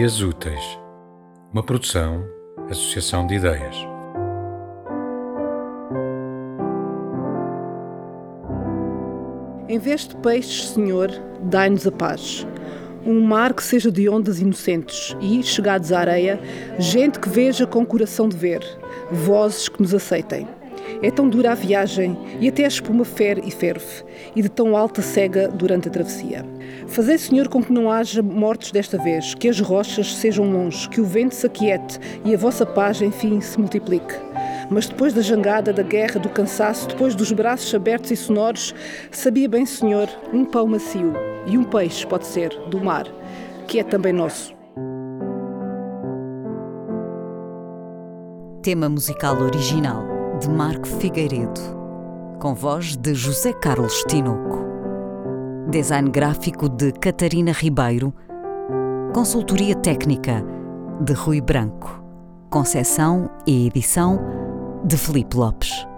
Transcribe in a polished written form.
Dias Úteis, uma produção, associação de ideias. Em vez de peixes, Senhor, dai-nos a paz. Um mar que seja de ondas inocentes e, chegados à areia, gente que veja com coração de ver, vozes que nos aceitem. É tão dura a viagem e até a espuma fere e ferve, e de tão alta cega durante a travessia. Fazei, Senhor, com que não haja mortos desta vez, que as rochas sejam longe, que o vento se aquiete e a vossa paz, enfim, se multiplique. Mas depois da jangada, da guerra, do cansaço, depois dos braços abertos e sonoros, sabia bem, Senhor, um pão macio e um peixe, pode ser, do mar, que é também nosso. Tema musical original de Marco Figueiredo, com voz de José Carlos Tinoco. Design gráfico de Catarina Ribeiro. Consultoria técnica de Rui Branco. Conceção e edição de Filipe Lopes.